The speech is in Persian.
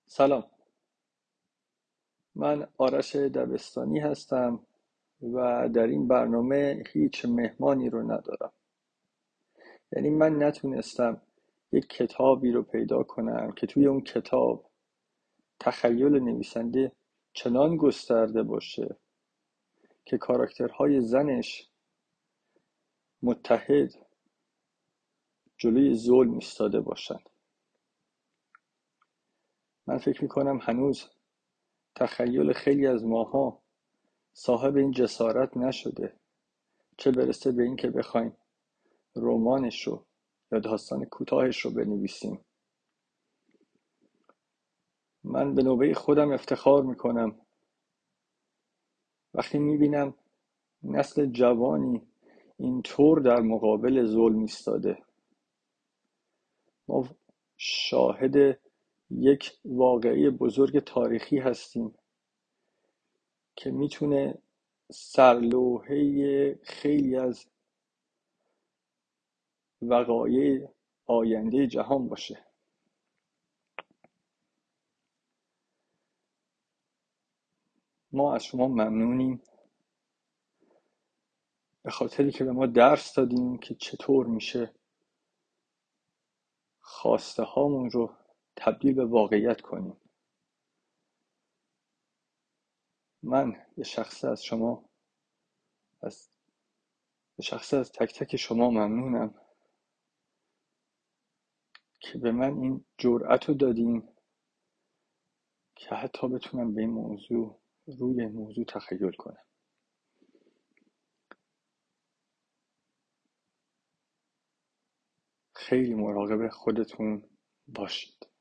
سلام، من آرش دبستانی هستم و در این برنامه هیچ مهمانی رو ندارم. یعنی من نتونستم یک کتابی رو پیدا کنم که توی اون کتاب تخیل نویسنده چنان گسترده باشه که کاراکترهای زنش متحد جلوی ظلم ایستاده باشن. من فکر میکنم هنوز تخیل خیلی از ماها صاحب این جسارت نشده، چه برسه به این که بخوایم رمانش رو یا داستان کوتاهش رو بنویسیم. من به نوبه خودم افتخار میکنم وقتی میبینم نسل جوانی اینطور در مقابل ظلم ایستاده. ما شاهد یک واقعه بزرگ تاریخی هستیم که میتونه سرلوحه خیلی از وقایع آینده جهان باشه. ما از شما ممنونیم به خاطری که به ما درس دادیم که چطور میشه خواسته هامون رو تبدیل به واقعیت کنیم. من به شخصه از شما از به شخصه از تک تک شما ممنونم که به من این جرأت رو دادین که حتی بتونم به این موضوع روی این موضوع تخیل کنم. خیلی مراقب خودتون باشید.